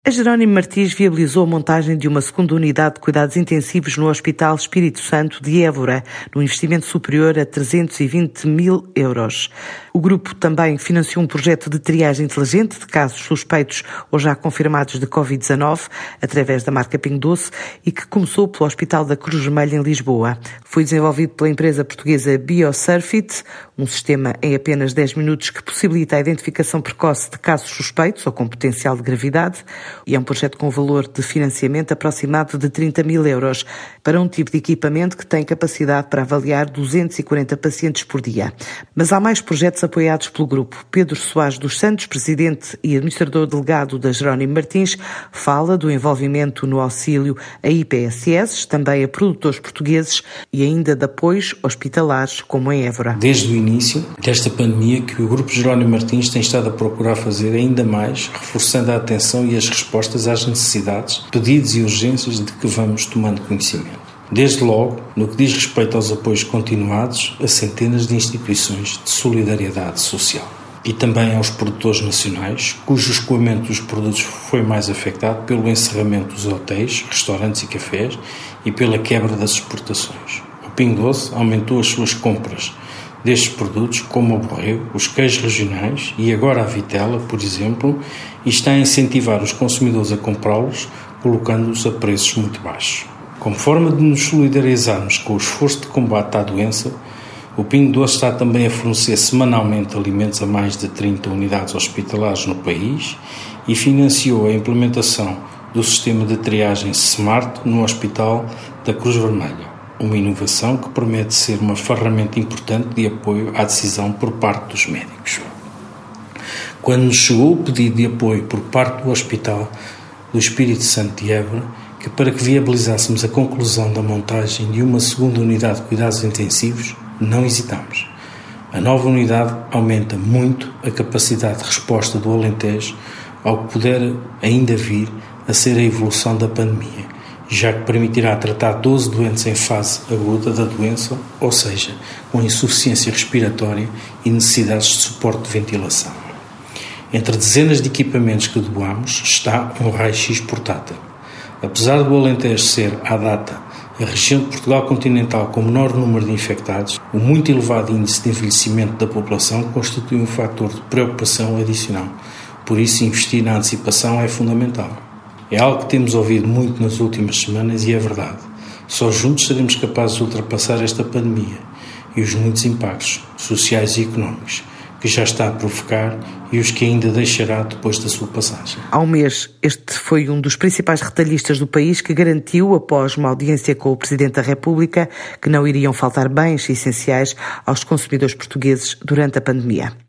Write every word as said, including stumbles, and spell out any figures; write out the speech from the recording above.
A Jerónimo Martins viabilizou a montagem de uma segunda unidade de cuidados intensivos no Hospital Espírito Santo de Évora, num investimento superior a trezentos e vinte mil euros. O grupo também financiou um projeto de triagem inteligente de casos suspeitos ou já confirmados de covid dezanove, através da marca Pingo Doce, e que começou pelo Hospital da Cruz Vermelha em Lisboa. Foi desenvolvido pela empresa portuguesa BioSurfit, um sistema em apenas dez minutos que possibilita a identificação precoce de casos suspeitos ou com potencial de gravidade, e é um projeto com valor de financiamento aproximado de trinta mil euros para um tipo de equipamento que tem capacidade para avaliar duzentos e quarenta pacientes por dia. Mas há mais projetos apoiados pelo grupo. Pedro Soares dos Santos, presidente e administrador delegado da Jerónimo Martins, fala do envolvimento no auxílio a I P S S, também a produtores portugueses e ainda de apoios hospitalares, como em Évora. Desde o início desta pandemia que o grupo Jerónimo Martins tem estado a procurar fazer ainda mais, reforçando a atenção e as respostas às necessidades, pedidos e urgências de que vamos tomando conhecimento. Desde logo, no que diz respeito aos apoios continuados a centenas de instituições de solidariedade social. E também aos produtores nacionais, cujo escoamento dos produtos foi mais afetado pelo encerramento dos hotéis, restaurantes e cafés e pela quebra das exportações. O Pingo Doce aumentou as suas compras destes produtos, como o borrego, os queijos regionais e agora a vitela, por exemplo, e está a incentivar os consumidores a comprá-los, colocando-os a preços muito baixos. Como forma de nos solidarizarmos com o esforço de combate à doença, o Pingo Doce está também a fornecer semanalmente alimentos a mais de trinta unidades hospitalares no país e financiou a implementação do sistema de triagem Smart no Hospital da Cruz Vermelha. Uma inovação que promete ser uma ferramenta importante de apoio à decisão por parte dos médicos. Quando nos chegou o pedido de apoio por parte do Hospital do Espírito Santo de Évora, que para que viabilizássemos a conclusão da montagem de uma segunda unidade de cuidados intensivos, não hesitamos. A nova unidade aumenta muito a capacidade de resposta do Alentejo ao que puder ainda vir a ser a evolução da pandemia, já que permitirá tratar doze doentes em fase aguda da doença, ou seja, com insuficiência respiratória e necessidades de suporte de ventilação. Entre dezenas de equipamentos que doamos está um raio-x portátil. Apesar do Alentejo ser, à data, a região de Portugal continental com menor número de infectados, o muito elevado índice de envelhecimento da população constitui um fator de preocupação adicional. Por isso, investir na antecipação é fundamental. É algo que temos ouvido muito nas últimas semanas e é verdade. Só juntos seremos capazes de ultrapassar esta pandemia e os muitos impactos sociais e económicos que já está a provocar e os que ainda deixará depois da sua passagem. Há um mês, este foi um dos principais retalhistas do país que garantiu, após uma audiência com o Presidente da República, que não iriam faltar bens essenciais aos consumidores portugueses durante a pandemia.